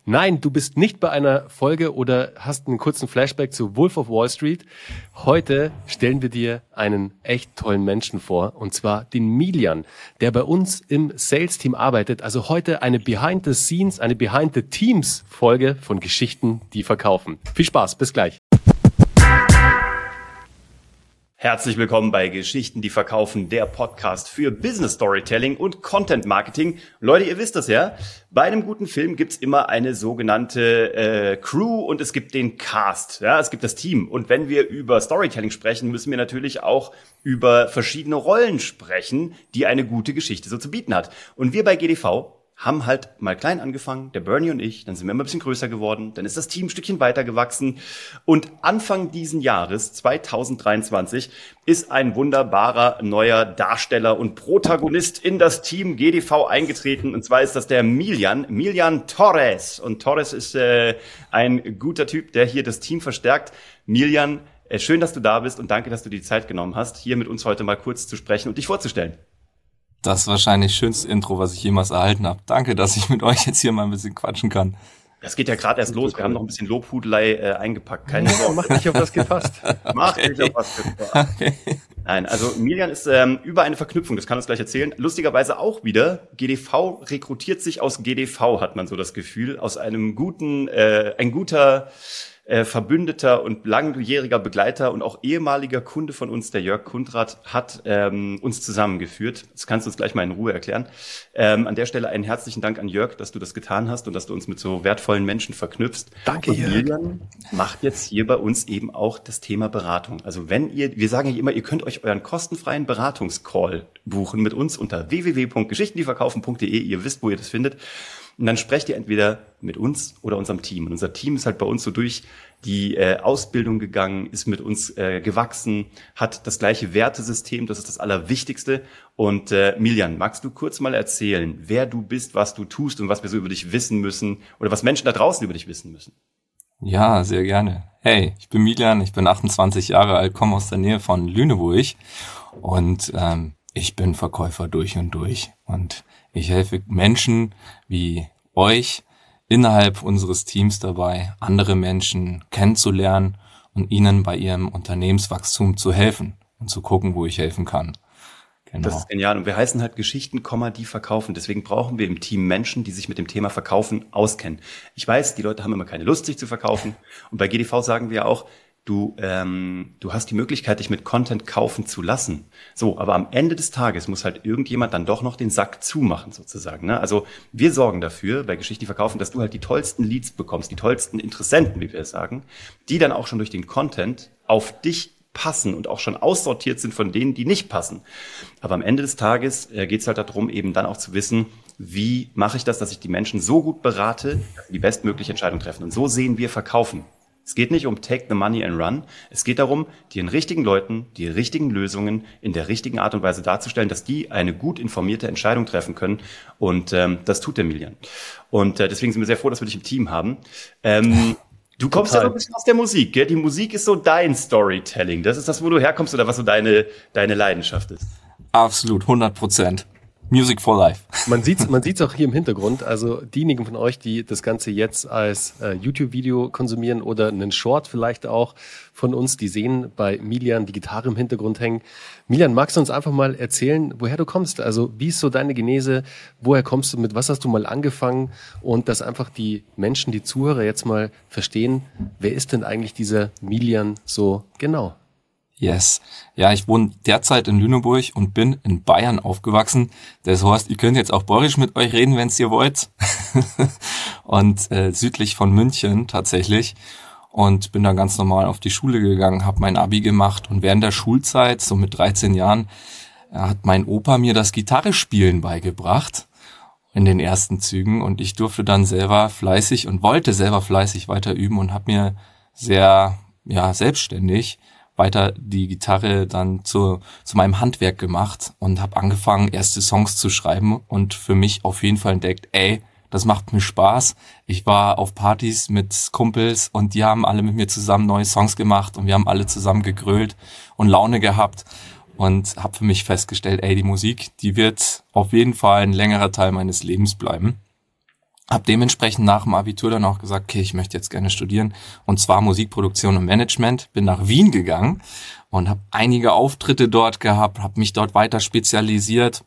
Nein, du bist nicht bei einer Folge oder hast einen kurzen Flashback zu Wolf of Wall Street. Heute stellen wir dir einen echt tollen Menschen vor, und zwar den Miljan, der bei uns im Sales-Team arbeitet. Also heute eine Behind-the-Scenes, eine Behind-the-Teams-Folge von Geschichten, die verkaufen. Viel Spaß, bis gleich. Herzlich willkommen bei Geschichten, die verkaufen, der Podcast für Business Storytelling und Content Marketing. Leute, ihr wisst das ja, bei einem guten Film gibt's immer eine sogenannte Crew und es gibt den Cast, ja, es gibt das Team. Und wenn wir über Storytelling sprechen, müssen wir natürlich auch über verschiedene Rollen sprechen, die eine gute Geschichte so zu bieten hat. Und wir bei GDV haben halt mal klein angefangen, der Bernie und ich, dann sind wir immer ein bisschen größer geworden, dann ist das Team ein Stückchen weiter gewachsen und Anfang diesen Jahres, 2023, ist ein wunderbarer neuer Darsteller und Protagonist in das Team GDV eingetreten, und zwar ist das der Miljan Torres, und Torres ist ein guter Typ, der hier das Team verstärkt. Miljan, schön, dass du da bist und danke, dass du dir die Zeit genommen hast, hier mit uns heute mal kurz zu sprechen und dich vorzustellen. Das wahrscheinlich schönste Intro, was ich jemals erhalten habe. Danke, dass ich mit euch jetzt hier mal ein bisschen quatschen kann. Das geht ja gerade erst los. Wir haben noch ein bisschen Lobhudelei eingepackt. Keine Sorge. Mach nicht auf was gefasst. Mach nicht auf was gefasst. Okay. Nein, also Miljan ist über eine Verknüpfung, das kann uns gleich erzählen. Lustigerweise auch wieder, GDV rekrutiert sich aus GDV, hat man so das Gefühl, aus einem guten, ein guter Verbündeter und langjähriger Begleiter und auch ehemaliger Kunde von uns, der Jörg Kundrat, hat uns zusammengeführt. Das kannst du uns gleich mal in Ruhe erklären. An der Stelle einen herzlichen Dank an Jörg, dass du das getan hast und dass du uns mit so wertvollen Menschen verknüpfst. Danke, Jörg. Miljan macht jetzt hier bei uns eben auch das Thema Beratung. Also wir sagen ja immer, ihr könnt euch euren kostenfreien Beratungscall buchen mit uns unter www.geschichtendieverkaufen.de. Ihr wisst, wo ihr das findet. Und dann sprecht ihr entweder mit uns oder unserem Team. Und unser Team ist halt bei uns so durch die Ausbildung gegangen, ist mit uns gewachsen, hat das gleiche Wertesystem, das ist das Allerwichtigste. Und Miljan, magst du kurz mal erzählen, wer du bist, was du tust und was wir so über dich wissen müssen oder was Menschen da draußen über dich wissen müssen? Ja, sehr gerne. Hey, ich bin Miljan, ich bin 28 Jahre alt, komme aus der Nähe von Lüneburg und ich bin Verkäufer durch und durch. Und ich helfe Menschen wie euch innerhalb unseres Teams dabei, andere Menschen kennenzulernen und ihnen bei ihrem Unternehmenswachstum zu helfen und zu gucken, wo ich helfen kann. Genau. Das ist genial. Und wir heißen halt Geschichten, die verkaufen. Deswegen brauchen wir im Team Menschen, die sich mit dem Thema Verkaufen auskennen. Ich weiß, die Leute haben immer keine Lust, sich zu verkaufen. Und bei GDV sagen wir auch, du hast die Möglichkeit, dich mit Content kaufen zu lassen. So, aber am Ende des Tages muss halt irgendjemand dann doch noch den Sack zumachen, sozusagen. Ne? Also wir sorgen dafür, bei Geschichten, die verkaufen, dass du halt die tollsten Leads bekommst, die tollsten Interessenten, wie wir es sagen, die dann auch schon durch den Content auf dich passen und auch schon aussortiert sind von denen, die nicht passen. Aber am Ende des Tages geht es halt darum, eben dann auch zu wissen, wie mache ich das, dass ich die Menschen so gut berate, dass sie die bestmögliche Entscheidung treffen. Und so sehen wir Verkaufen. Es geht nicht um Take the Money and Run. Es geht darum, den richtigen Leuten die richtigen Lösungen in der richtigen Art und Weise darzustellen, dass die eine gut informierte Entscheidung treffen können. Und das tut der Miljan. Und deswegen sind wir sehr froh, dass wir dich im Team haben. Du kommst ja so ein bisschen aus der Musik, gell? Die Musik ist so dein Storytelling. Das ist das, wo du herkommst oder was so deine Leidenschaft ist. Absolut, 100%. Music for Life. Man sieht's auch hier im Hintergrund. Also diejenigen von euch, die das Ganze jetzt als YouTube-Video konsumieren oder einen Short vielleicht auch von uns, die sehen bei Miljan die Gitarre im Hintergrund hängen. Miljan, magst du uns einfach mal erzählen, woher du kommst? Also wie ist so deine Genese? Woher kommst du? Mit was hast du mal angefangen? Und dass einfach die Menschen, die Zuhörer jetzt mal verstehen, wer ist denn eigentlich dieser Miljan so genau? Yes. Ja, ich wohne derzeit in Lüneburg und bin in Bayern aufgewachsen. Das heißt, ihr könnt jetzt auch bayerisch mit euch reden, wenn ihr wollt. Und südlich von München tatsächlich. Und bin dann ganz normal auf die Schule gegangen, habe mein Abi gemacht. Und während der Schulzeit, so mit 13 Jahren, hat mein Opa mir das Gitarrespielen beigebracht in den ersten Zügen. Und ich durfte dann selber fleißig und wollte selber fleißig weiter üben und habe mir sehr selbstständig weiter die Gitarre dann zu meinem Handwerk gemacht und habe angefangen, erste Songs zu schreiben und für mich auf jeden Fall entdeckt, das macht mir Spaß. Ich war auf Partys mit Kumpels und die haben alle mit mir zusammen neue Songs gemacht und wir haben alle zusammen gegrölt und Laune gehabt und habe für mich festgestellt, die Musik, die wird auf jeden Fall ein längerer Teil meines Lebens bleiben. Habe dementsprechend nach dem Abitur dann auch gesagt, okay, ich möchte jetzt gerne studieren, und zwar Musikproduktion und Management. Bin nach Wien gegangen und habe einige Auftritte dort gehabt, habe mich dort weiter spezialisiert,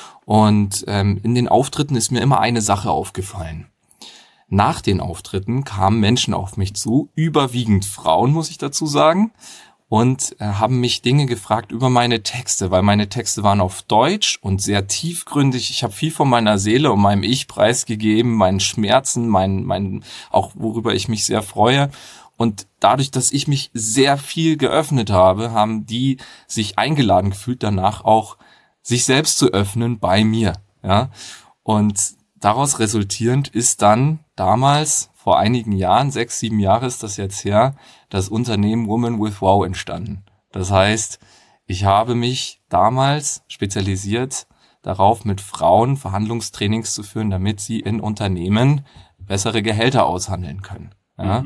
und in den Auftritten ist mir immer eine Sache aufgefallen. Nach den Auftritten kamen Menschen auf mich zu, überwiegend Frauen, muss ich dazu sagen, und haben mich Dinge gefragt über meine Texte, weil meine Texte waren auf Deutsch und sehr tiefgründig. Ich habe viel von meiner Seele und meinem Ich preisgegeben, meinen Schmerzen, mein auch worüber ich mich sehr freue. Und dadurch, dass ich mich sehr viel geöffnet habe, haben die sich eingeladen gefühlt, danach auch sich selbst zu öffnen bei mir. Ja, und daraus resultierend ist dann damals, vor einigen Jahren, 6, 7 Jahre ist das jetzt her, das Unternehmen Women with Wow entstanden. Das heißt, ich habe mich damals spezialisiert darauf, mit Frauen Verhandlungstrainings zu führen, damit sie in Unternehmen bessere Gehälter aushandeln können. Ja?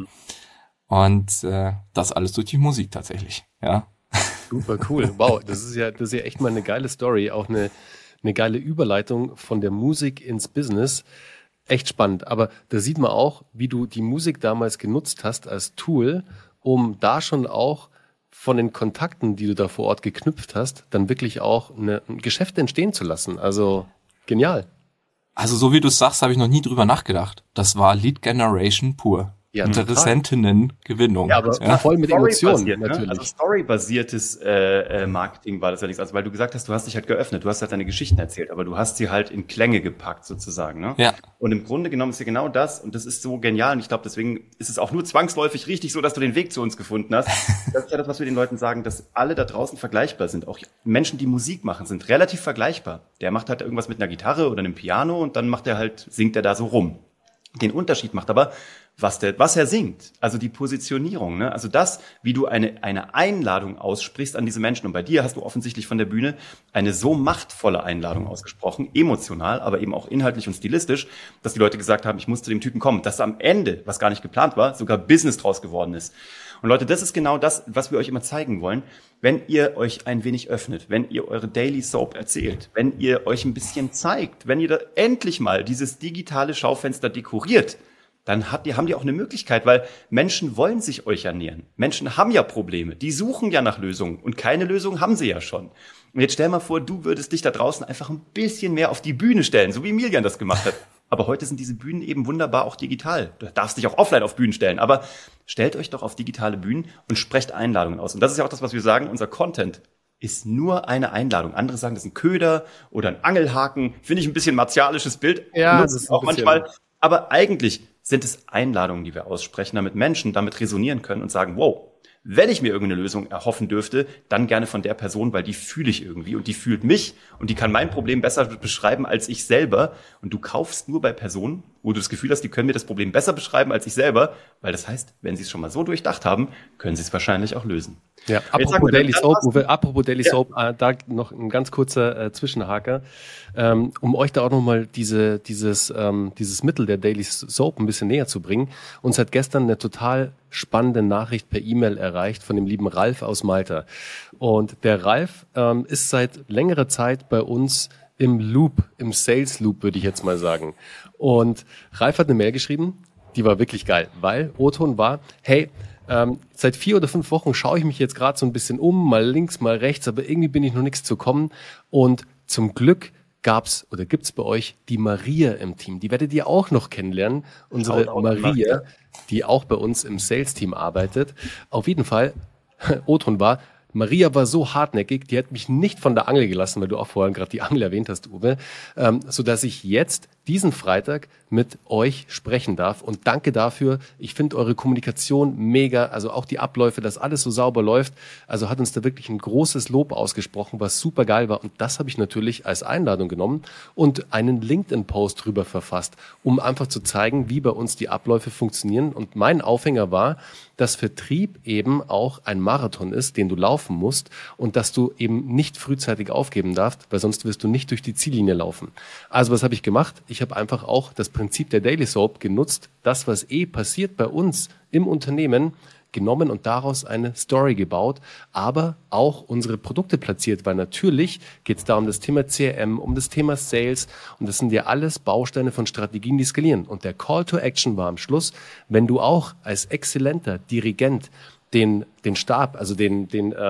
Und das alles durch die Musik tatsächlich. Ja. Super cool. Wow, das ist ja echt mal eine geile Story, auch eine geile Überleitung von der Musik ins Business. Echt spannend. Aber da sieht man auch, wie du die Musik damals genutzt hast als Tool, um da schon auch von den Kontakten, die du da vor Ort geknüpft hast, dann wirklich auch ein Geschäft entstehen zu lassen. Also genial. Also so wie du es sagst, habe ich noch nie drüber nachgedacht. Das war Lead Generation pur. Ja, Interessentinnengewinnung. Ja, aber voll mit Emotionen, natürlich. Also storybasiertes Marketing war das allerdings. Also weil du gesagt hast, du hast dich halt geöffnet, du hast halt deine Geschichten erzählt, aber du hast sie halt in Klänge gepackt sozusagen. Ne? Ja. Und im Grunde genommen ist ja genau das, und das ist so genial, und ich glaube, deswegen ist es auch nur zwangsläufig richtig so, dass du den Weg zu uns gefunden hast. Das ist ja das, was wir den Leuten sagen, dass alle da draußen vergleichbar sind. Auch Menschen, die Musik machen, sind relativ vergleichbar. Der macht halt irgendwas mit einer Gitarre oder einem Piano und dann singt er da so rum. Den Unterschied macht aber, was er singt, also die Positionierung, ne? Also das, wie du eine Einladung aussprichst an diese Menschen. Und bei dir hast du offensichtlich von der Bühne eine so machtvolle Einladung ausgesprochen, emotional, aber eben auch inhaltlich und stilistisch, dass die Leute gesagt haben, ich muss zu dem Typen kommen, dass am Ende, was gar nicht geplant war, sogar Business draus geworden ist. Und Leute, das ist genau das, was wir euch immer zeigen wollen. Wenn ihr euch ein wenig öffnet, wenn ihr eure Daily Soap erzählt, wenn ihr euch ein bisschen zeigt, wenn ihr da endlich mal dieses digitale Schaufenster dekoriert, dann haben die auch eine Möglichkeit, weil Menschen wollen sich euch ernähren. Menschen haben ja Probleme, die suchen ja nach Lösungen, und keine Lösung haben sie ja schon. Und jetzt stell mal vor, du würdest dich da draußen einfach ein bisschen mehr auf die Bühne stellen, so wie Miljan das gemacht hat. Aber heute sind diese Bühnen eben wunderbar auch digital. Du darfst dich auch offline auf Bühnen stellen, aber stellt euch doch auf digitale Bühnen und sprecht Einladungen aus. Und das ist ja auch das, was wir sagen, unser Content ist nur eine Einladung. Andere sagen, das ist ein Köder oder ein Angelhaken. Finde ich ein bisschen martialisches Bild. Ja, das ist auch manchmal. Aber eigentlich sind es Einladungen, die wir aussprechen, damit Menschen damit resonieren können und sagen, wow, wenn ich mir irgendeine Lösung erhoffen dürfte, dann gerne von der Person, weil die fühle ich irgendwie und die fühlt mich und die kann mein Problem besser beschreiben als ich selber. Und du kaufst nur bei Personen, wo du das Gefühl hast, die können mir das Problem besser beschreiben als ich selber, weil das heißt, wenn sie es schon mal so durchdacht haben, können sie es wahrscheinlich auch lösen. Ja, apropos Daily Soap, da noch ein ganz kurzer Zwischenhaker, um euch da auch nochmal dieses Mittel der Daily Soap ein bisschen näher zu bringen. Uns hat gestern eine total spannende Nachricht per E-Mail erreicht von dem lieben Ralf aus Malta. Und der Ralf ist seit längerer Zeit bei uns im Sales Loop, würde ich jetzt mal sagen. Und Ralf hat eine Mail geschrieben, die war wirklich geil, weil O-Ton war, hey, seit 4 oder 5 Wochen schaue ich mich jetzt gerade so ein bisschen um, mal links, mal rechts, aber irgendwie bin ich noch nichts zu kommen. Und zum Glück gibt's bei euch die Maria im Team. Die werdet ihr auch noch kennenlernen. Unsere Maria, die auch bei uns im Sales-Team arbeitet. Auf jeden Fall, O-Ton war, Maria war so hartnäckig, die hat mich nicht von der Angel gelassen, weil du auch vorhin gerade die Angel erwähnt hast, Uwe, sodass ich jetzt diesen Freitag mit euch sprechen darf. Und danke dafür. Ich finde eure Kommunikation mega, also auch die Abläufe, dass alles so sauber läuft. Also hat uns da wirklich ein großes Lob ausgesprochen, was super geil war. Und das habe ich natürlich als Einladung genommen und einen LinkedIn-Post drüber verfasst, um einfach zu zeigen, wie bei uns die Abläufe funktionieren. Und mein Aufhänger war, dass Vertrieb eben auch ein Marathon ist, den du laufen musst und dass du eben nicht frühzeitig aufgeben darfst, weil sonst wirst du nicht durch die Ziellinie laufen. Also was habe ich gemacht? Ich habe einfach auch das Prinzip der Daily Soap genutzt. Das, was passiert bei uns im Unternehmen, genommen und daraus eine Story gebaut, aber auch unsere Produkte platziert, weil natürlich geht es da um das Thema CRM, um das Thema Sales und das sind ja alles Bausteine von Strategien, die skalieren. Und der Call to Action war am Schluss, wenn du auch als exzellenter Dirigent den Stab, also den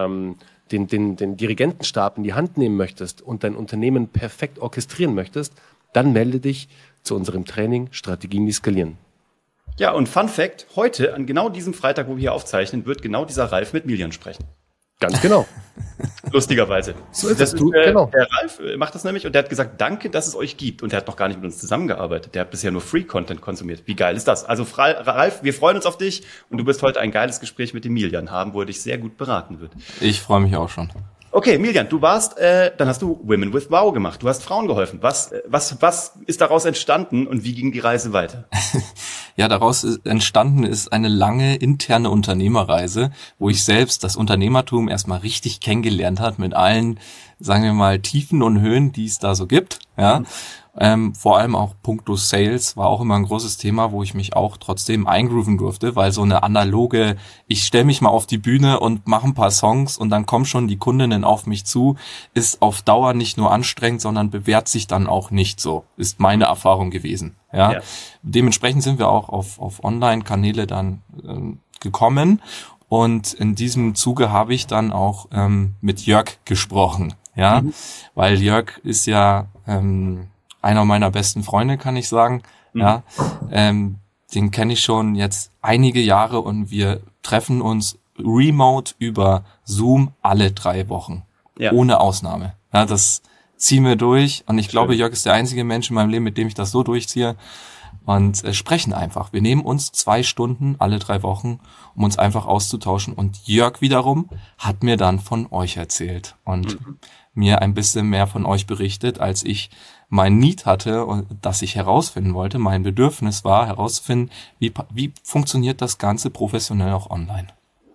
Dirigentenstab in die Hand nehmen möchtest und dein Unternehmen perfekt orchestrieren möchtest, dann melde dich zu unserem Training Strategien, die skalieren. Ja, und Fun Fact, heute, an genau diesem Freitag, wo wir hier aufzeichnen, wird genau dieser Ralf mit Milian sprechen. Ganz genau. Lustigerweise. So ist es. Genau. Der Ralf macht das nämlich und der hat gesagt, danke, dass es euch gibt. Und der hat noch gar nicht mit uns zusammengearbeitet. Der hat bisher nur Free-Content konsumiert. Wie geil ist das? Also Ralf, wir freuen uns auf dich und du wirst heute ein geiles Gespräch mit dem Milian haben, wo er dich sehr gut beraten wird. Ich freue mich auch schon. Okay, Milian, du warst, dann hast du Women with Wow gemacht. Du hast Frauen geholfen. Was ist daraus entstanden und wie ging die Reise weiter? Ja, daraus entstanden ist eine lange interne Unternehmerreise, wo ich selbst das Unternehmertum erstmal richtig kennengelernt hat mit allen, sagen wir mal, Tiefen und Höhen, die es da so gibt. Ja. Vor allem auch puncto Sales war auch immer ein großes Thema, wo ich mich auch trotzdem eingrooven durfte, weil so eine analoge, ich stelle mich mal auf die Bühne und mache ein paar Songs und dann kommen schon die Kundinnen auf mich zu, ist auf Dauer nicht nur anstrengend, sondern bewährt sich dann auch nicht so, ist meine Erfahrung gewesen. Ja. Dementsprechend sind wir auch auf Online-Kanäle dann gekommen und in diesem Zuge habe ich dann auch mit Jörg gesprochen. Ja, weil Jörg ist ja einer meiner besten Freunde, kann ich sagen. Ja, den kenne ich schon jetzt einige Jahre und wir treffen uns remote über Zoom alle 3 Wochen. Ja. Ohne Ausnahme. Ja, das ziehen wir durch und ich glaube, Jörg ist der einzige Mensch in meinem Leben, mit dem ich das so durchziehe und sprechen einfach. Wir nehmen uns 2 Stunden alle 3 Wochen, um uns einfach auszutauschen und Jörg wiederum hat mir dann von euch erzählt und mir ein bisschen mehr von euch berichtet, als ich mein Need hatte und das ich herausfinden wollte. Mein Bedürfnis war herauszufinden, wie funktioniert das Ganze professionell auch online.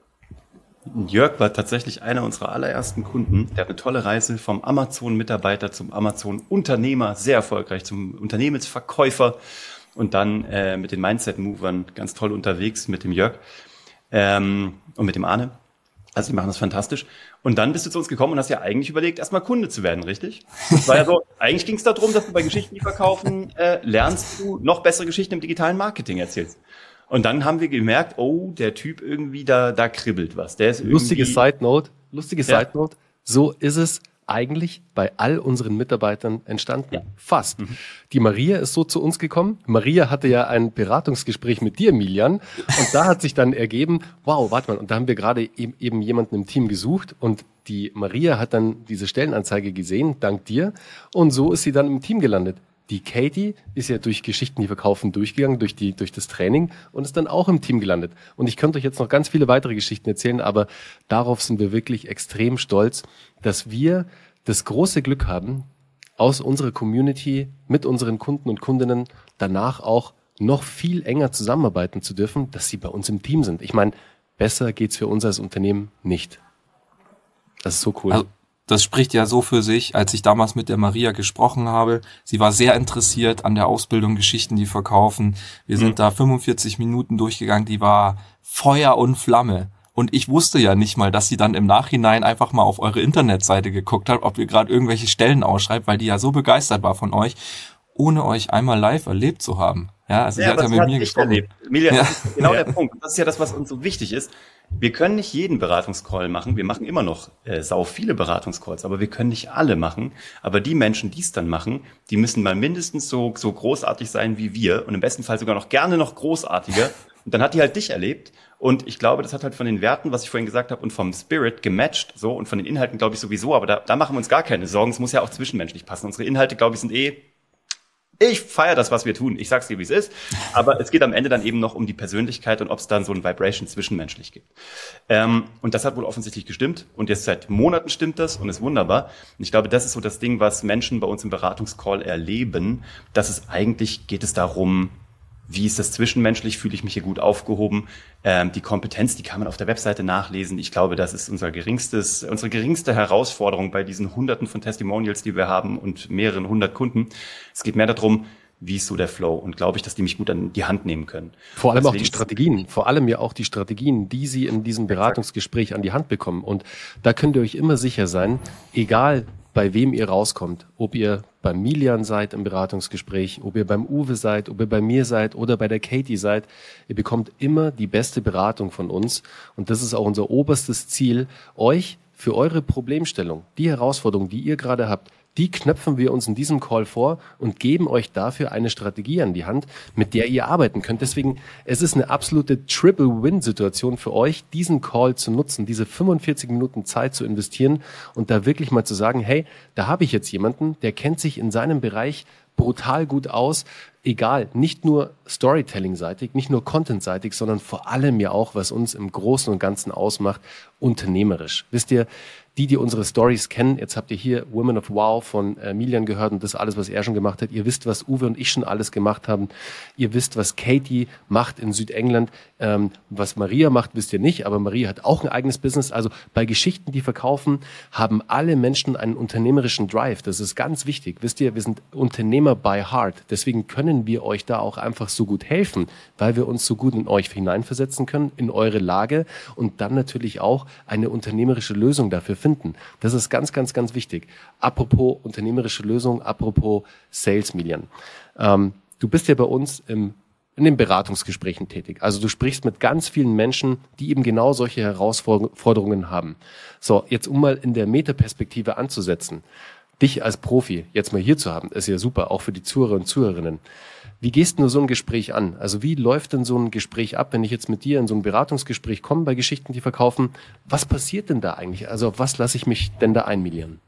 Jörg war tatsächlich einer unserer allerersten Kunden. Der hat eine tolle Reise vom Amazon-Mitarbeiter zum Amazon-Unternehmer, sehr erfolgreich, zum Unternehmensverkäufer und dann mit den Mindset-Movern ganz toll unterwegs mit dem Jörg und mit dem Arne. Also die machen das fantastisch. Und dann bist du zu uns gekommen und hast ja eigentlich überlegt, erstmal Kunde zu werden, richtig? Das war ja so, eigentlich ging es darum, dass du bei Geschichten, die verkaufen, lernst du noch bessere Geschichten im digitalen Marketing erzählst. Und dann haben wir gemerkt, oh, der Typ irgendwie, da kribbelt was. Der ist irgendwie... Lustige Side Note, so ist es eigentlich bei all unseren Mitarbeitern entstanden. Ja. Fast. Die Maria ist so zu uns gekommen. Maria hatte ja ein Beratungsgespräch mit dir, Milian. Und da hat sich dann ergeben, wow, warte mal, und da haben wir gerade eben jemanden im Team gesucht und die Maria hat dann diese Stellenanzeige gesehen, dank dir. Und so ist sie dann im Team gelandet. Die Katie ist ja durch Geschichten, die verkaufen, durchgegangen, durch das Training und ist dann auch im Team gelandet. Und ich könnte euch jetzt noch ganz viele weitere Geschichten erzählen, aber darauf sind wir wirklich extrem stolz, dass wir das große Glück haben, aus unserer Community mit unseren Kunden und Kundinnen danach auch noch viel enger zusammenarbeiten zu dürfen, dass sie bei uns im Team sind. Ich meine, besser geht's für uns als Unternehmen nicht. Das ist so cool. Also das spricht ja so für sich, als ich damals mit der Maria gesprochen habe. Sie war sehr interessiert an der Ausbildung Geschichten, die verkaufen. Wir sind da 45 Minuten durchgegangen. Die war Feuer und Flamme. Und ich wusste ja nicht mal, dass sie dann im Nachhinein einfach mal auf eure Internetseite geguckt hat, ob ihr gerade irgendwelche Stellen ausschreibt, weil die ja so begeistert war von euch, ohne euch einmal live erlebt zu haben. Ja, also sie hat ja mit mir gesprochen. Emilia, das ist genau der Punkt. Das ist ja das, was uns so wichtig ist. Wir können nicht jeden Beratungscall machen. Wir machen immer noch sau viele Beratungscalls, aber wir können nicht alle machen. Aber die Menschen, die es dann machen, die müssen mal mindestens so großartig sein wie wir und im besten Fall sogar noch gerne noch großartiger. Und dann hat die halt dich erlebt. Und ich glaube, das hat halt von den Werten, was ich vorhin gesagt habe, und vom Spirit gematcht, so, und von den Inhalten glaube ich sowieso, aber da machen wir uns gar keine Sorgen. Es muss ja auch zwischenmenschlich passen. Unsere Inhalte, glaube ich, sind ich feiere das, was wir tun. Ich sag's dir, wie es ist. Aber es geht am Ende dann eben noch um die Persönlichkeit und ob es dann so ein Vibration zwischenmenschlich gibt. Und das hat wohl offensichtlich gestimmt. Und jetzt seit Monaten stimmt das und ist wunderbar. Und ich glaube, das ist so das Ding, was Menschen bei uns im Beratungscall erleben, dass es eigentlich geht es darum, wie ist das zwischenmenschlich? Fühle ich mich hier gut aufgehoben? Die Kompetenz, die kann man auf der Webseite nachlesen. Ich glaube, das ist unsere geringste Herausforderung bei diesen Hunderten von Testimonials, die wir haben und mehreren 100 Kunden. Es geht mehr darum, wie ist so der Flow und glaube ich, dass die mich gut an die Hand nehmen können. Vor allem auch die Strategien, die Sie in diesem Beratungsgespräch an die Hand bekommen. Und da könnt ihr euch immer sicher sein, egal bei wem ihr rauskommt, ob ihr beim Milian seid im Beratungsgespräch, ob ihr beim Uwe seid, ob ihr bei mir seid oder bei der Katie seid, ihr bekommt immer die beste Beratung von uns. Und das ist auch unser oberstes Ziel, euch für eure Problemstellung, die Herausforderung, die ihr gerade habt, die knöpfen wir uns in diesem Call vor und geben euch dafür eine Strategie an die Hand, mit der ihr arbeiten könnt. Deswegen, es ist eine absolute Triple-Win-Situation für euch, diesen Call zu nutzen, diese 45 Minuten Zeit zu investieren und da wirklich mal zu sagen, hey, da habe ich jetzt jemanden, der kennt sich in seinem Bereich brutal gut aus, egal, nicht nur Storytelling-seitig, nicht nur Content-seitig, sondern vor allem ja auch, was uns im Großen und Ganzen ausmacht, unternehmerisch. Wisst ihr, die unsere Stories kennen, jetzt habt ihr hier Women of Wow von Milian gehört und das alles, was er schon gemacht hat. Ihr wisst, was Uwe und ich schon alles gemacht haben. Ihr wisst, was Katie macht in Südengland. Was Maria macht, wisst ihr nicht, aber Maria hat auch ein eigenes Business. Also bei Geschichten, die verkaufen, haben alle Menschen einen unternehmerischen Drive. Das ist ganz wichtig. Wisst ihr, wir sind Unternehmer by heart. Deswegen können wir euch da auch einfach so gut helfen, weil wir uns so gut in euch hineinversetzen können, in eure Lage und dann natürlich auch eine unternehmerische Lösung dafür finden. Das ist ganz, ganz, ganz wichtig. Apropos unternehmerische Lösung, apropos Sales, Milian. Du bist ja bei uns in den Beratungsgesprächen tätig. Also du sprichst mit ganz vielen Menschen, die eben genau solche Herausforderungen haben. So, jetzt um mal in der Metaperspektive anzusetzen, dich als Profi jetzt mal hier zu haben, ist ja super, auch für die Zuhörer und Zuhörerinnen. Wie gehst du so ein Gespräch an? Also wie läuft denn so ein Gespräch ab, wenn ich jetzt mit dir in so ein Beratungsgespräch komme bei Geschichten, die verkaufen? Was passiert denn da eigentlich? Also auf was lasse ich mich denn da einmilieren?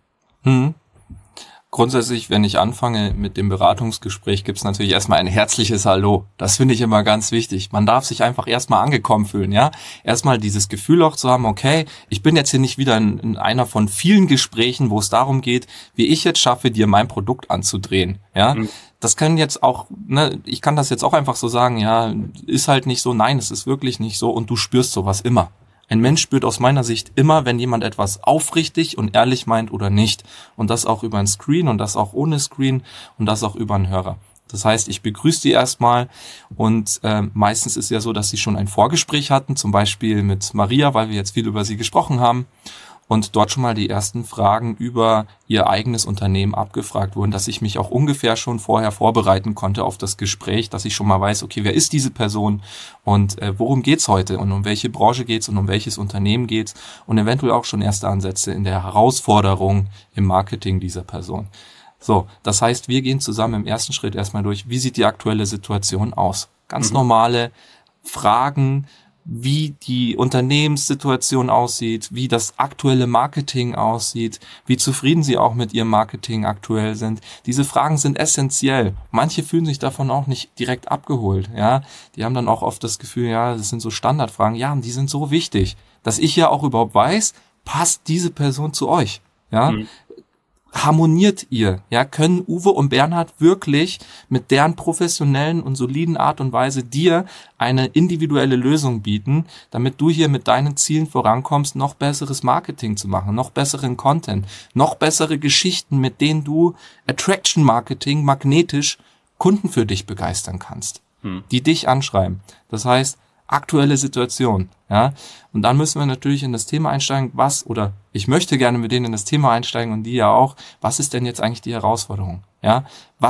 Grundsätzlich, wenn ich anfange mit dem Beratungsgespräch, gibt's natürlich erstmal ein herzliches Hallo. Das finde ich immer ganz wichtig. Man darf sich einfach erstmal angekommen fühlen, ja. Erstmal dieses Gefühl auch zu haben, okay, ich bin jetzt hier nicht wieder in einer von vielen Gesprächen, wo es darum geht, wie ich jetzt schaffe, dir mein Produkt anzudrehen, ja. Das können jetzt auch, ich kann das jetzt auch einfach so sagen, ja, ist halt nicht so, nein, es ist wirklich nicht so und du spürst sowas immer. Ein Mensch spürt aus meiner Sicht immer, wenn jemand etwas aufrichtig und ehrlich meint oder nicht. Und das auch über ein Screen und das auch ohne Screen und das auch über einen Hörer. Das heißt, ich begrüße die erstmal und meistens ist ja so, dass sie schon ein Vorgespräch hatten, zum Beispiel mit Maria, weil wir jetzt viel über sie gesprochen haben. Und dort schon mal die ersten Fragen über ihr eigenes Unternehmen abgefragt wurden, dass ich mich auch ungefähr schon vorher vorbereiten konnte auf das Gespräch, dass ich schon mal weiß, okay, wer ist diese Person und worum geht's heute und um welche Branche geht's und um welches Unternehmen geht's und eventuell auch schon erste Ansätze in der Herausforderung im Marketing dieser Person. So, das heißt, wir gehen zusammen im ersten Schritt erstmal durch, wie sieht die aktuelle Situation aus? Ganz normale Fragen, wie die Unternehmenssituation aussieht, wie das aktuelle Marketing aussieht, wie zufrieden sie auch mit ihrem Marketing aktuell sind. Diese Fragen sind essentiell. Manche fühlen sich davon auch nicht direkt abgeholt, ja. Die haben dann auch oft das Gefühl, ja, das sind so Standardfragen, ja, und die sind so wichtig, dass ich ja auch überhaupt weiß, passt diese Person zu euch, ja. Harmoniert ihr? Ja, können Uwe und Bernhard wirklich mit deren professionellen und soliden Art und Weise dir eine individuelle Lösung bieten, damit du hier mit deinen Zielen vorankommst, noch besseres Marketing zu machen, noch besseren Content, noch bessere Geschichten, mit denen du Attraction Marketing magnetisch Kunden für dich begeistern kannst, die dich anschreiben. Das heißt, aktuelle Situation, ja. Und dann müssen wir natürlich in das Thema einsteigen, ich möchte gerne mit denen in das Thema einsteigen und die ja auch, was ist denn jetzt eigentlich die Herausforderung, ja?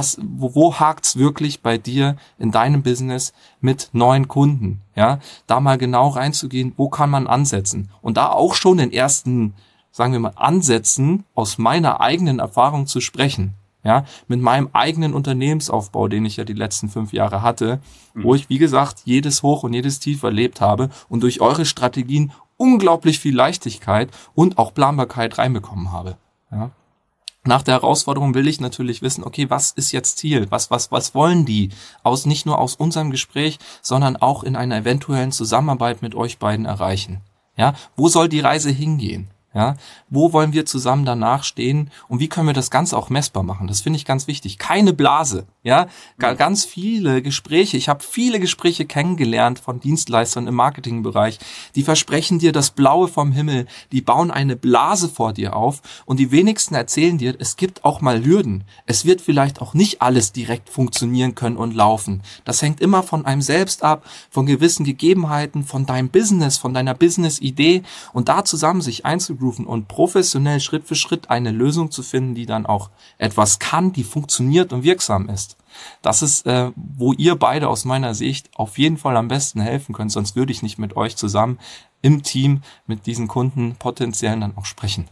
Wo hakt's wirklich bei dir in deinem Business mit neuen Kunden, ja? Da mal genau reinzugehen, wo kann man ansetzen? Und da auch schon den ersten, sagen wir mal, Ansätzen aus meiner eigenen Erfahrung zu sprechen. Ja, mit meinem eigenen Unternehmensaufbau, den ich ja die letzten 5 Jahre hatte, wo ich, wie gesagt, jedes Hoch und jedes Tief erlebt habe und durch eure Strategien unglaublich viel Leichtigkeit und auch Planbarkeit reinbekommen habe. Ja. Nach der Herausforderung will ich natürlich wissen, okay, was ist jetzt Ziel? Was wollen die? Nicht nur aus unserem Gespräch, sondern auch in einer eventuellen Zusammenarbeit mit euch beiden erreichen. Ja, wo soll die Reise hingehen? Ja, wo wollen wir zusammen danach stehen und wie können wir das Ganze auch messbar machen? Das finde ich ganz wichtig. Keine Blase, ja, ganz viele Gespräche. Ich habe viele Gespräche kennengelernt von Dienstleistern im Marketingbereich. Die versprechen dir das Blaue vom Himmel, die bauen eine Blase vor dir auf und die wenigsten erzählen dir, es gibt auch mal Hürden. Es wird vielleicht auch nicht alles direkt funktionieren können und laufen. Das hängt immer von einem selbst ab, von gewissen Gegebenheiten, von deinem Business, von deiner Business-Idee und da zusammen sich einzugrooven und professionell Schritt für Schritt eine Lösung zu finden, die dann auch etwas kann, die funktioniert und wirksam ist. Das ist, wo ihr beide aus meiner Sicht auf jeden Fall am besten helfen könnt, sonst würde ich nicht mit euch zusammen im Team mit diesen Kunden potenziellen dann auch sprechen.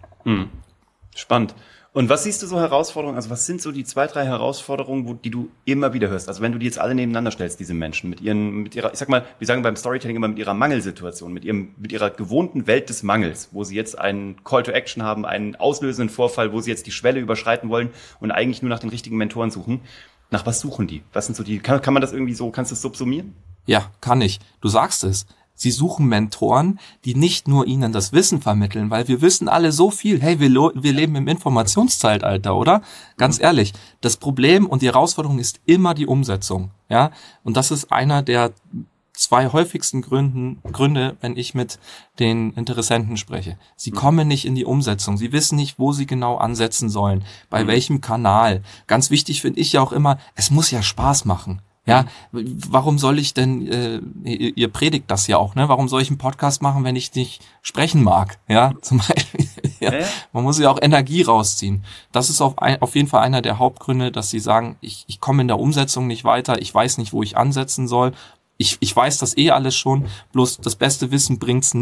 Spannend. Und was siehst du so Herausforderungen? Also was sind so die 2, 3 Herausforderungen, die du immer wieder hörst? Also wenn du die jetzt alle nebeneinander stellst, diese Menschen mit ihrer, ich sag mal, wir sagen beim Storytelling immer mit ihrer Mangelsituation, mit ihrer gewohnten Welt des Mangels, wo sie jetzt einen Call to Action haben, einen auslösenden Vorfall, wo sie jetzt die Schwelle überschreiten wollen und eigentlich nur nach den richtigen Mentoren suchen. Nach was suchen die? Was sind so die, kann man das irgendwie so, kannst du es subsumieren? Ja, kann ich. Du sagst es. Sie suchen Mentoren, die nicht nur ihnen das Wissen vermitteln, weil wir wissen alle so viel. Hey, wir leben im Informationszeitalter, oder? Ganz ehrlich, das Problem und die Herausforderung ist immer die Umsetzung, ja? Und das ist einer der 2 häufigsten Gründe, wenn ich mit den Interessenten spreche. Sie kommen nicht in die Umsetzung. Sie wissen nicht, wo sie genau ansetzen sollen, bei welchem Kanal. Ganz wichtig finde ich ja auch immer, es muss ja Spaß machen. Ja, warum soll ich denn, ihr predigt das ja auch, ne? Warum soll ich einen Podcast machen, wenn ich nicht sprechen mag? Ja, zum Beispiel. Ja, man muss ja auch Energie rausziehen. Das ist auf jeden Fall einer der Hauptgründe, dass sie sagen, ich komme in der Umsetzung nicht weiter, ich weiß nicht, wo ich ansetzen soll. Ich weiß das alles schon, bloß das beste Wissen bringt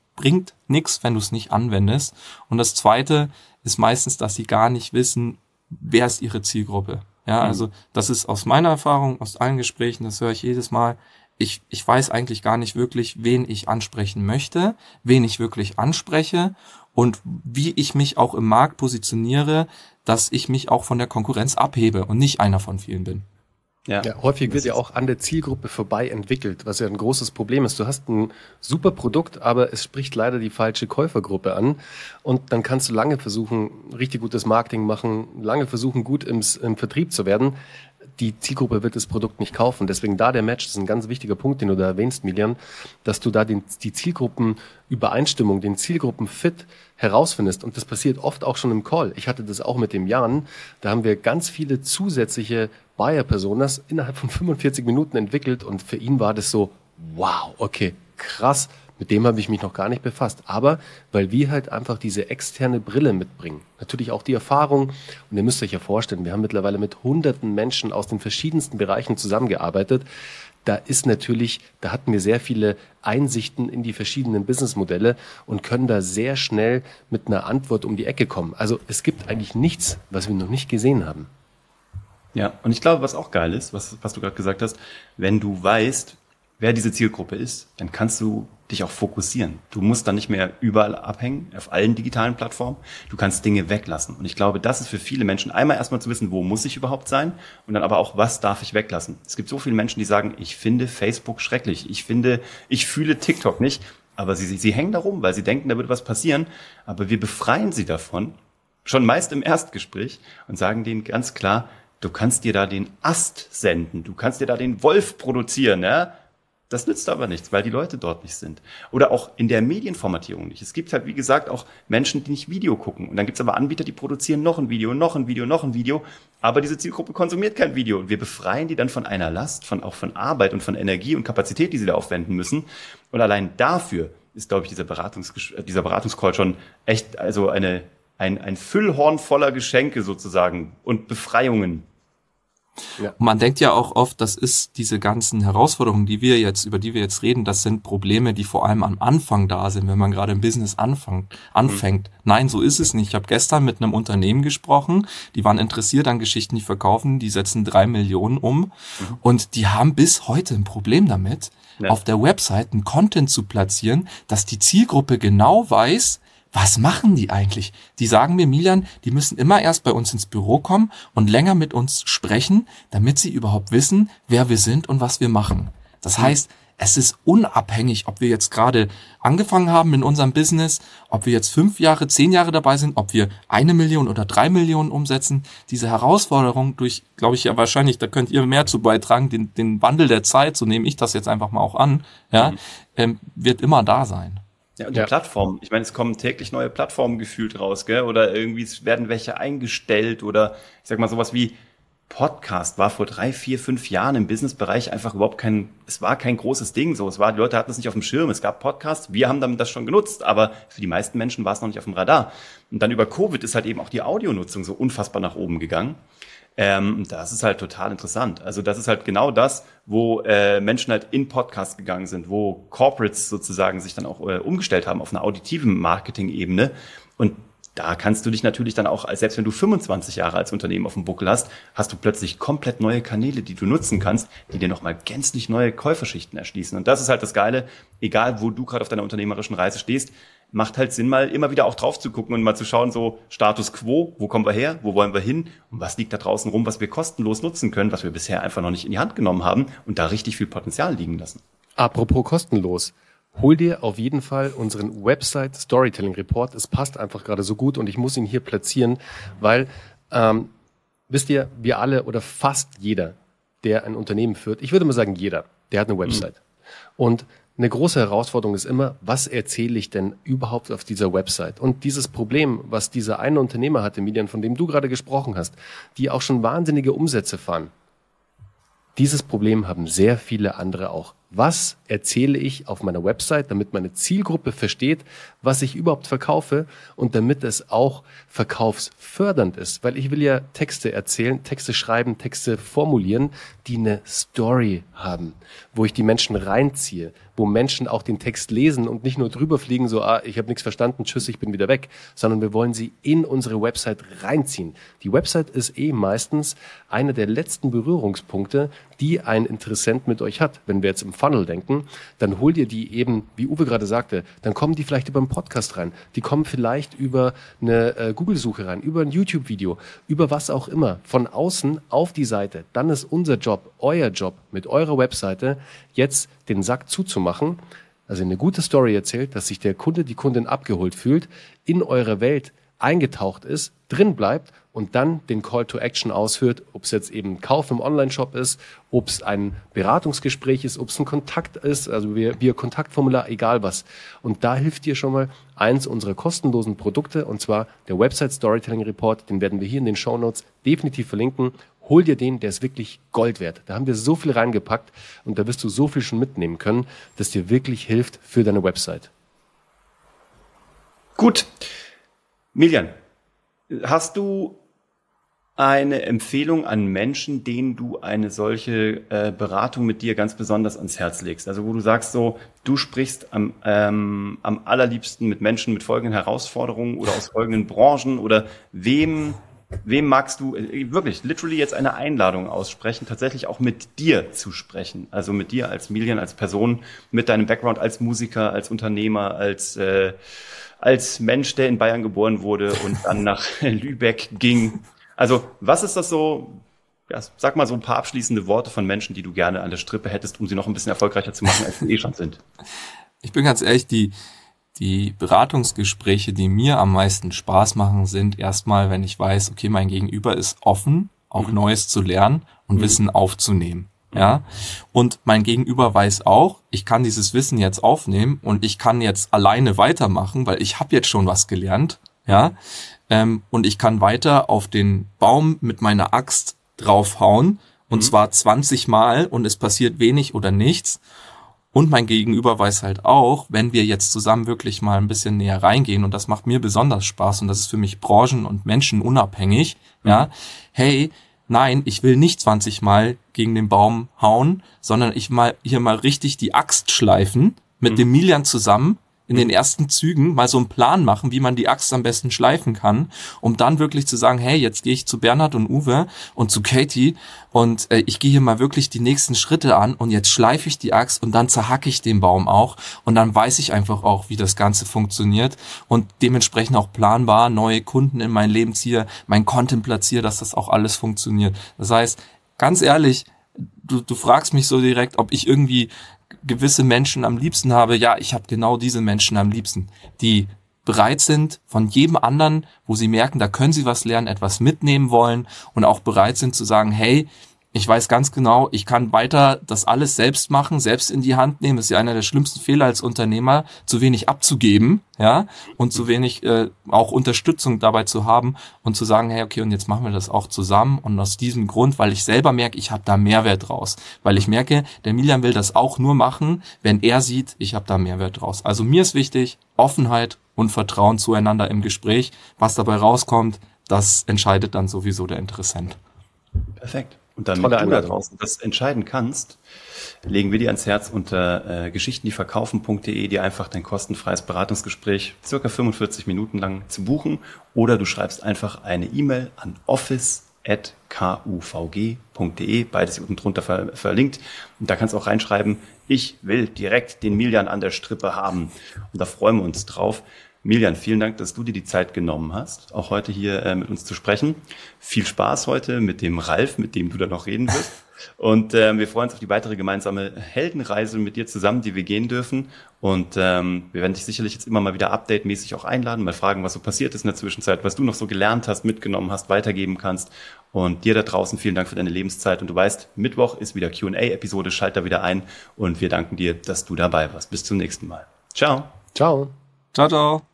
nichts, wenn du es nicht anwendest. Und das Zweite ist meistens, dass sie gar nicht wissen, wer ist ihre Zielgruppe. Ja, also das ist aus meiner Erfahrung, aus allen Gesprächen, das höre ich jedes Mal. Ich weiß eigentlich gar nicht wirklich, wen ich ansprechen möchte, wen ich wirklich anspreche und wie ich mich auch im Markt positioniere, dass ich mich auch von der Konkurrenz abhebe und nicht einer von vielen bin. Ja, häufig wird ja auch an der Zielgruppe vorbei entwickelt, was ja ein großes Problem ist. Du hast ein super Produkt, aber es spricht leider die falsche Käufergruppe an. Und dann kannst du lange versuchen, richtig gutes Marketing machen, lange versuchen, gut im Vertrieb zu werden. Die Zielgruppe wird das Produkt nicht kaufen. Deswegen da der Match, das ist ein ganz wichtiger Punkt, den du da erwähnst, Miljan, dass du da die Zielgruppenübereinstimmung, den Zielgruppenfit herausfindest. Und das passiert oft auch schon im Call. Ich hatte das auch mit dem Jan. Da haben wir ganz viele zusätzliche Buyer-Personas innerhalb von 45 Minuten entwickelt. Und für ihn war das so, wow, okay, krass. Mit dem habe ich mich noch gar nicht befasst. Aber weil wir halt einfach diese externe Brille mitbringen. Natürlich auch die Erfahrung. Und ihr müsst euch ja vorstellen, wir haben mittlerweile mit hunderten Menschen aus den verschiedensten Bereichen zusammengearbeitet. Da hatten wir sehr viele Einsichten in die verschiedenen Businessmodelle und können da sehr schnell mit einer Antwort um die Ecke kommen. Also es gibt eigentlich nichts, was wir noch nicht gesehen haben. Ja, und ich glaube, was auch geil ist, was du gerade gesagt hast, wenn du weißt, wer diese Zielgruppe ist, dann kannst du dich auch fokussieren. Du musst dann nicht mehr überall abhängen, auf allen digitalen Plattformen. Du kannst Dinge weglassen. Und ich glaube, das ist für viele Menschen einmal erstmal zu wissen, wo muss ich überhaupt sein? Und dann aber auch, was darf ich weglassen? Es gibt so viele Menschen, die sagen, ich finde Facebook schrecklich. Ich fühle TikTok nicht. Aber sie hängen da rum, weil sie denken, da würde was passieren. Aber wir befreien sie davon, schon meist im Erstgespräch, und sagen denen ganz klar, du kannst dir da den Ast senden. Du kannst dir da den Wolf produzieren, ja? Das nützt aber nichts, weil die Leute dort nicht sind. Oder auch in der Medienformatierung nicht. Es gibt halt, wie gesagt, auch Menschen, die nicht Video gucken. Und dann gibt es aber Anbieter, die produzieren noch ein Video, noch ein Video, noch ein Video. Aber diese Zielgruppe konsumiert kein Video. Und wir befreien die dann von einer Last, auch von Arbeit und von Energie und Kapazität, die sie da aufwenden müssen. Und allein dafür ist, glaube ich, dieser Beratungscall schon echt, also ein Füllhorn voller Geschenke sozusagen und Befreiungen. Ja. Man denkt ja auch oft, das ist diese ganzen Herausforderungen, über die wir jetzt reden, das sind Probleme, die vor allem am Anfang da sind, wenn man gerade im Business anfängt. Nein, so ist es nicht. Ich habe gestern mit einem Unternehmen gesprochen, die waren interessiert an Geschichten, die verkaufen, die setzen 3 Millionen um und die haben bis heute ein Problem damit, auf der Website einen Content zu platzieren, dass die Zielgruppe genau weiß, was machen die eigentlich? Die sagen mir, Miljan, die müssen immer erst bei uns ins Büro kommen und länger mit uns sprechen, damit sie überhaupt wissen, wer wir sind und was wir machen. Das heißt, es ist unabhängig, ob wir jetzt gerade angefangen haben in unserem Business, ob wir jetzt 5 Jahre, 10 Jahre dabei sind, ob wir 1 Million oder 3 Millionen umsetzen. Diese Herausforderung durch, glaube ich ja wahrscheinlich, da könnt ihr mehr zu beitragen, den Wandel der Zeit, so nehme ich das jetzt einfach mal auch an, ja, wird immer da sein. Ja, und die Plattformen. Ich meine, es kommen täglich neue Plattformen gefühlt raus, gell? Oder irgendwie es werden welche eingestellt oder ich sag mal sowas wie Podcast war vor 3, 4, 5 Jahren im Businessbereich einfach überhaupt es war kein großes Ding so. Die Leute hatten es nicht auf dem Schirm. Es gab Podcasts, wir haben damit das schon genutzt, aber für die meisten Menschen war es noch nicht auf dem Radar. Und dann über Covid ist halt eben auch die Audionutzung so unfassbar nach oben gegangen. Das ist halt total interessant. Also das ist halt genau das, wo Menschen halt in Podcasts gegangen sind, wo Corporates sozusagen sich dann auch umgestellt haben auf einer auditiven Marketing-Ebene. Und da kannst du dich natürlich dann auch, selbst wenn du 25 Jahre als Unternehmen auf dem Buckel hast, hast du plötzlich komplett neue Kanäle, die du nutzen kannst, die dir nochmal gänzlich neue Käuferschichten erschließen. Und das ist halt das Geile, egal wo du gerade auf deiner unternehmerischen Reise stehst, macht halt Sinn, mal immer wieder auch drauf zu gucken und mal zu schauen, so Status Quo, wo kommen wir her, wo wollen wir hin und was liegt da draußen rum, was wir kostenlos nutzen können, was wir bisher einfach noch nicht in die Hand genommen haben und da richtig viel Potenzial liegen lassen. Apropos kostenlos. Hol dir auf jeden Fall unseren Website Storytelling Report. Es passt einfach gerade so gut und ich muss ihn hier platzieren, weil, wisst ihr, wir alle oder fast jeder, der ein Unternehmen führt, ich würde mal sagen jeder, der hat eine Website. Und eine große Herausforderung ist immer, was erzähle ich denn überhaupt auf dieser Website? Und dieses Problem, was dieser eine Unternehmer hatte, Milian, von dem du gerade gesprochen hast, die auch schon wahnsinnige Umsätze fahren, dieses Problem haben sehr viele andere auch. Was erzähle ich auf meiner Website, damit meine Zielgruppe versteht, was ich überhaupt verkaufe und damit es auch verkaufsfördernd ist? Weil ich will ja Texte erzählen, Texte schreiben, Texte formulieren, die eine Story haben, wo ich die Menschen reinziehe, wo Menschen auch den Text lesen und nicht nur drüber fliegen, so, ich habe nichts verstanden, tschüss, ich bin wieder weg, sondern wir wollen sie in unsere Website reinziehen. Die Website ist meistens einer der letzten Berührungspunkte, die ein Interessent mit euch hat. Wenn wir jetzt im Funnel denken, dann hol dir die eben, wie Uwe gerade sagte, dann kommen die vielleicht über einen Podcast rein. Die kommen vielleicht über eine Google-Suche rein, über ein YouTube-Video, über was auch immer, von außen auf die Seite. Dann ist unser Job, euer Job mit eurer Webseite, jetzt den Sack zuzumachen, also eine gute Story erzählt, dass sich der Kunde, die Kundin abgeholt fühlt, in eure Welt eingetaucht ist, drin bleibt und dann den Call to Action ausführt, ob es jetzt eben Kauf im Online-Shop ist, ob es ein Beratungsgespräch ist, ob es ein Kontakt ist, also via Kontaktformular, egal was. Und da hilft dir schon mal eins unserer kostenlosen Produkte, und zwar der Website Storytelling Report, den werden wir hier in den Shownotes definitiv verlinken. Hol dir den, der ist wirklich Gold wert. Da haben wir so viel reingepackt und da wirst du so viel schon mitnehmen können, dass dir wirklich hilft für deine Website. Gut. Milian, hast du eine Empfehlung an Menschen, denen du eine solche Beratung mit dir ganz besonders ans Herz legst? Also wo du sagst so, du sprichst am allerliebsten mit Menschen mit folgenden Herausforderungen oder aus folgenden Branchen oder wem magst du wirklich literally jetzt eine Einladung aussprechen, tatsächlich auch mit dir zu sprechen? Also mit dir als Milian, als Person, mit deinem Background als Musiker, als Unternehmer, als Mensch, der in Bayern geboren wurde und dann nach Lübeck ging. Also was ist das so, ja, sag mal so ein paar abschließende Worte von Menschen, die du gerne an der Strippe hättest, um sie noch ein bisschen erfolgreicher zu machen, als sie schon sind. Ich bin ganz ehrlich, die Beratungsgespräche, die mir am meisten Spaß machen, sind erstmal, wenn ich weiß, okay, mein Gegenüber ist offen, auch Neues zu lernen und Wissen aufzunehmen. Ja, und mein Gegenüber weiß auch, ich kann dieses Wissen jetzt aufnehmen und ich kann jetzt alleine weitermachen, weil ich habe jetzt schon was gelernt, ja, und ich kann weiter auf den Baum mit meiner Axt draufhauen und zwar 20 Mal und es passiert wenig oder nichts. Und mein Gegenüber weiß halt auch, wenn wir jetzt zusammen wirklich mal ein bisschen näher reingehen, und das macht mir besonders Spaß und das ist für mich branchen- und menschenunabhängig, ja, hey, nein, ich will nicht 20 Mal gegen den Baum hauen, sondern ich mal hier mal richtig die Axt schleifen, mit dem Milian zusammen in den ersten Zügen mal so einen Plan machen, wie man die Axt am besten schleifen kann, um dann wirklich zu sagen, hey, jetzt gehe ich zu Bernhard und Uwe und zu Katie und ich gehe hier mal wirklich die nächsten Schritte an und jetzt schleife ich die Axt und dann zerhacke ich den Baum auch und dann weiß ich einfach auch, wie das Ganze funktioniert und dementsprechend auch planbar neue Kunden in mein Leben ziehe, mein Content platziere, dass das auch alles funktioniert. Das heißt, ganz ehrlich, du fragst mich so direkt, ob ich irgendwie gewisse Menschen am liebsten habe, ja, ich habe genau diese Menschen am liebsten, die bereit sind, von jedem anderen, wo sie merken, da können sie was lernen, etwas mitnehmen wollen und auch bereit sind zu sagen, hey, ich weiß ganz genau, ich kann weiter das alles selbst machen, selbst in die Hand nehmen. Das ist ja einer der schlimmsten Fehler als Unternehmer, zu wenig abzugeben, ja, und zu wenig auch Unterstützung dabei zu haben und zu sagen, hey, okay, und jetzt machen wir das auch zusammen. Und aus diesem Grund, weil ich selber merke, ich habe da Mehrwert draus. Weil ich merke, der Miljan will das auch nur machen, wenn er sieht, ich habe da Mehrwert draus. Also mir ist wichtig, Offenheit und Vertrauen zueinander im Gespräch. Was dabei rauskommt, das entscheidet dann sowieso der Interessent. Perfekt. Und damit du da draußen das entscheiden kannst, legen wir dir ans Herz unter geschichtendieverkaufen.de dir einfach dein kostenfreies Beratungsgespräch circa 45 Minuten lang zu buchen oder du schreibst einfach eine E-Mail an office@kuvg.de, beides unten drunter verlinkt und da kannst du auch reinschreiben, ich will direkt den Miljan an der Strippe haben und da freuen wir uns drauf. Miljan, vielen Dank, dass du dir die Zeit genommen hast, auch heute hier mit uns zu sprechen. Viel Spaß heute mit dem Ralf, mit dem du da noch reden wirst. Und wir freuen uns auf die weitere gemeinsame Heldenreise mit dir zusammen, die wir gehen dürfen. Und wir werden dich sicherlich jetzt immer mal wieder update-mäßig auch einladen, mal fragen, was so passiert ist in der Zwischenzeit, was du noch so gelernt hast, mitgenommen hast, weitergeben kannst. Und dir da draußen vielen Dank für deine Lebenszeit. Und du weißt, Mittwoch ist wieder Q&A-Episode, schalt da wieder ein. Und wir danken dir, dass du dabei warst. Bis zum nächsten Mal. Ciao. Ciao. Ciao, ciao.